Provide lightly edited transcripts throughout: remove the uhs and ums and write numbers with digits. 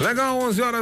Legal,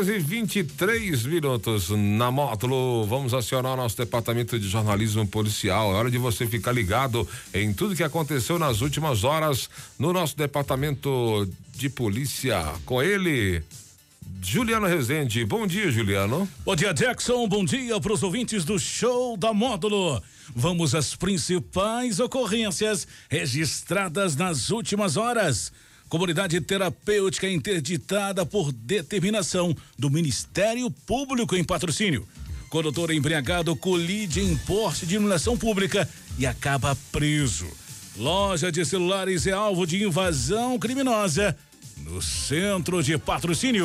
11h23 na Módulo. Vamos acionar o nosso departamento de jornalismo policial. É hora de você ficar ligado em tudo que aconteceu nas últimas horas no nosso departamento de polícia. Com ele, Juliano Rezende. Bom dia, Juliano. Bom dia, Jackson. Bom dia para os ouvintes do Show da Módulo. Vamos às principais ocorrências registradas nas últimas horas. Comunidade terapêutica interditada por determinação do Ministério Público em Patrocínio. Condutor embriagado colide em poste de iluminação pública e acaba preso. Loja de celulares é alvo de invasão criminosa no centro de Patrocínio.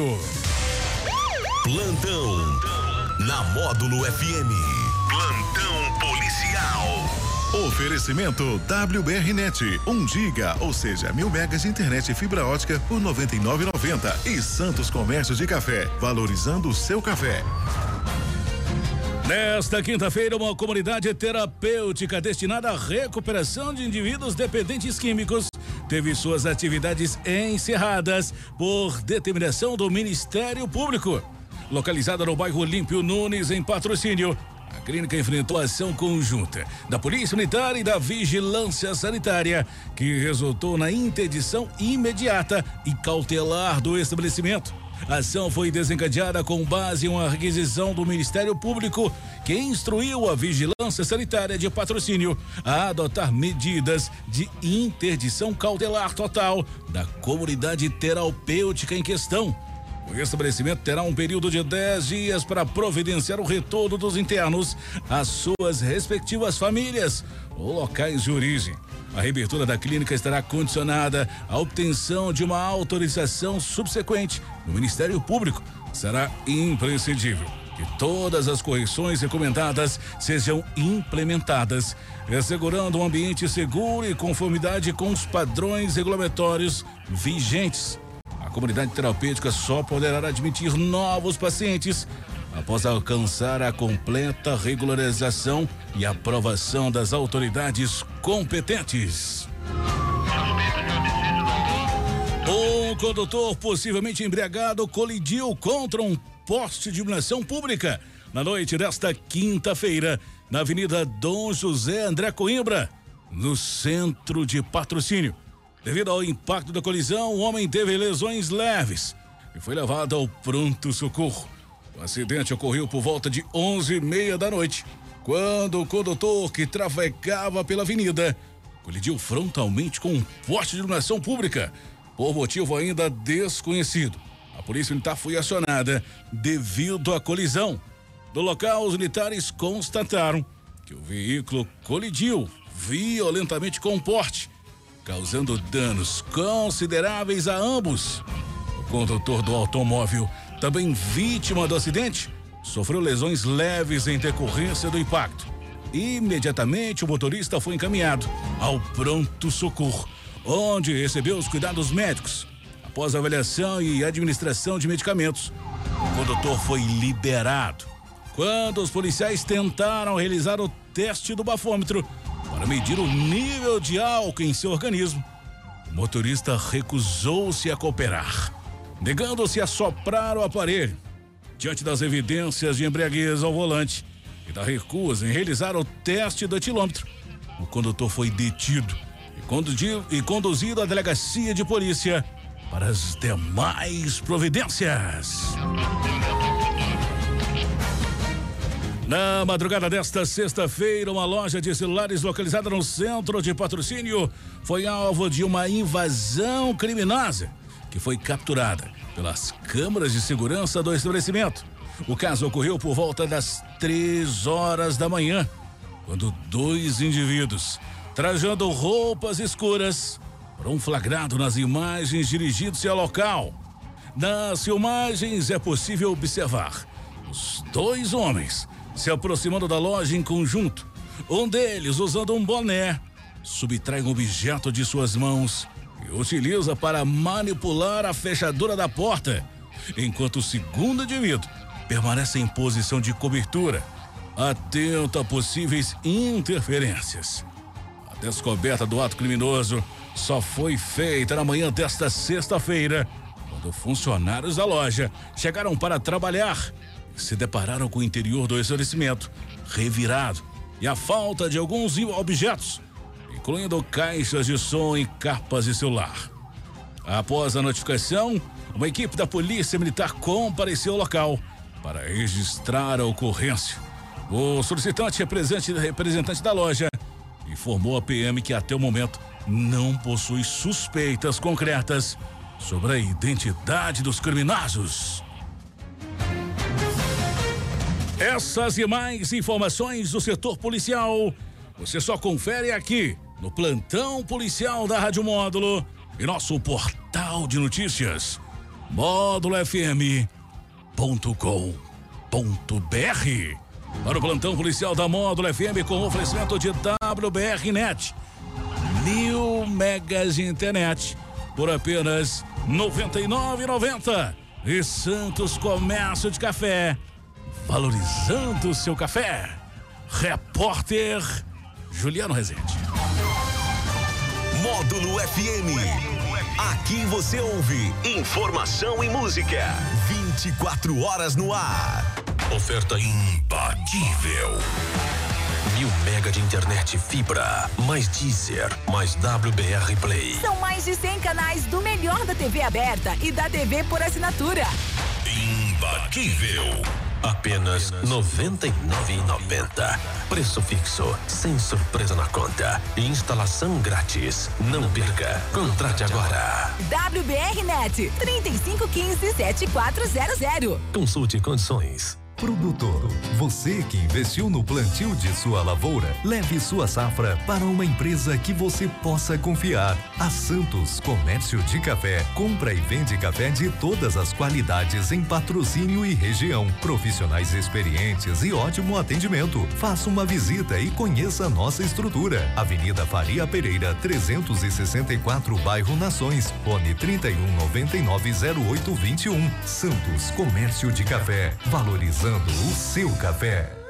Plantão na Módulo FM. Plantão policial. Oferecimento WBRnet, 1 giga, ou seja, 1000 megas de internet e fibra ótica por R$ 99,90. E Santos Comércio de Café, valorizando o seu café. Nesta quinta-feira, uma comunidade terapêutica destinada à recuperação de indivíduos dependentes químicos teve suas atividades encerradas por determinação do Ministério Público. Localizada no bairro Olímpio Nunes, em Patrocínio, a clínica enfrentou ação conjunta da Polícia Militar e da Vigilância Sanitária, que resultou na interdição imediata e cautelar do estabelecimento. A ação foi desencadeada com base em uma requisição do Ministério Público, que instruiu a Vigilância Sanitária de Patrocínio a adotar medidas de interdição cautelar total da comunidade terapêutica em questão. O estabelecimento terá um período de 10 dias para providenciar o retorno dos internos às suas respectivas famílias ou locais de origem. A reabertura da clínica estará condicionada à obtenção de uma autorização subsequente do Ministério Público. Será imprescindível que todas as correções recomendadas sejam implementadas, assegurando um ambiente seguro e conformidade com os padrões regulatórios vigentes. A comunidade terapêutica só poderá admitir novos pacientes após alcançar a completa regularização e aprovação das autoridades competentes. Um condutor possivelmente embriagado colidiu contra um poste de iluminação pública na noite desta quinta-feira, na Avenida Dom José André Coimbra, no centro de Patrocínio. Devido ao impacto da colisão, o homem teve lesões leves e foi levado ao pronto-socorro. O acidente ocorreu por volta de 11h30 da noite, quando o condutor que trafegava pela avenida colidiu frontalmente com um poste de iluminação pública, por motivo ainda desconhecido. A polícia militar foi acionada devido à colisão. No local, os militares constataram que o veículo colidiu violentamente com o poste, causando danos consideráveis a ambos. O condutor do automóvel, também vítima do acidente, sofreu lesões leves em decorrência do impacto. Imediatamente, o motorista foi encaminhado ao pronto-socorro, onde recebeu os cuidados médicos. Após a avaliação e administração de medicamentos, o condutor foi liberado. Quando os policiais tentaram realizar o teste do bafômetro para medir o nível de álcool em seu organismo, o motorista recusou-se a cooperar, negando-se a soprar o aparelho. Diante das evidências de embriaguez ao volante e da recusa em realizar o teste do etilômetro, o condutor foi detido e conduzido à delegacia de polícia para as demais providências. Na madrugada desta sexta-feira, uma loja de celulares localizada no centro de Patrocínio foi alvo de uma invasão criminosa que foi capturada pelas câmeras de segurança do estabelecimento. O caso ocorreu por volta das 3h da manhã, quando 2 indivíduos, trajando roupas escuras, foram flagrados nas imagens dirigindo-se ao local. Nas filmagens é possível observar os 2 homens se aproximando da loja em conjunto. Um deles, usando um boné, subtrai um objeto de suas mãos e utiliza para manipular a fechadura da porta, enquanto o segundo indivíduo permanece em posição de cobertura, atento a possíveis interferências. A descoberta do ato criminoso só foi feita na manhã desta sexta-feira, quando quando funcionários da loja chegaram para trabalhar e se depararam com o interior do estabelecimento revirado e a falta de alguns objetos, incluindo caixas de som e capas de celular. Após a notificação, uma equipe da Polícia Militar compareceu ao local para registrar a ocorrência. O solicitante representante da loja informou à PM que até o momento não possui suspeitas concretas sobre a identidade dos criminosos. Essas e mais informações do setor policial você só confere aqui no Plantão Policial da Rádio Módulo e nosso portal de notícias módulofm.com.br. Para o Plantão Policial da Módulo FM com oferecimento de WBRnet, 1000 megas de internet por apenas R$ 99,90. E Santos Comércio de Café, valorizando o seu café. Repórter Juliano Rezende. Módulo FM. Aqui você ouve informação e música. 24 horas no ar. Oferta imbatível. 1000 mega de internet fibra, mais Deezer, mais WBR Play. São mais de 100 canais do melhor da TV aberta e da TV por assinatura. Imbatível. Apenas R$ 99,90. Preço fixo, sem surpresa na conta. Instalação grátis. Não perca. Contrate agora. WBRnet 3515-7400. Consulte condições. Produtor, você que investiu no plantio de sua lavoura, leve sua safra para uma empresa que você possa confiar. A Santos Comércio de Café compra e vende café de todas as qualidades em Patrocínio e região. Profissionais experientes e ótimo atendimento. Faça uma visita e conheça nossa estrutura. Avenida Faria Pereira, 364, bairro Nações. Fone 31990821. Santos Comércio de Café, valorizando o seu café.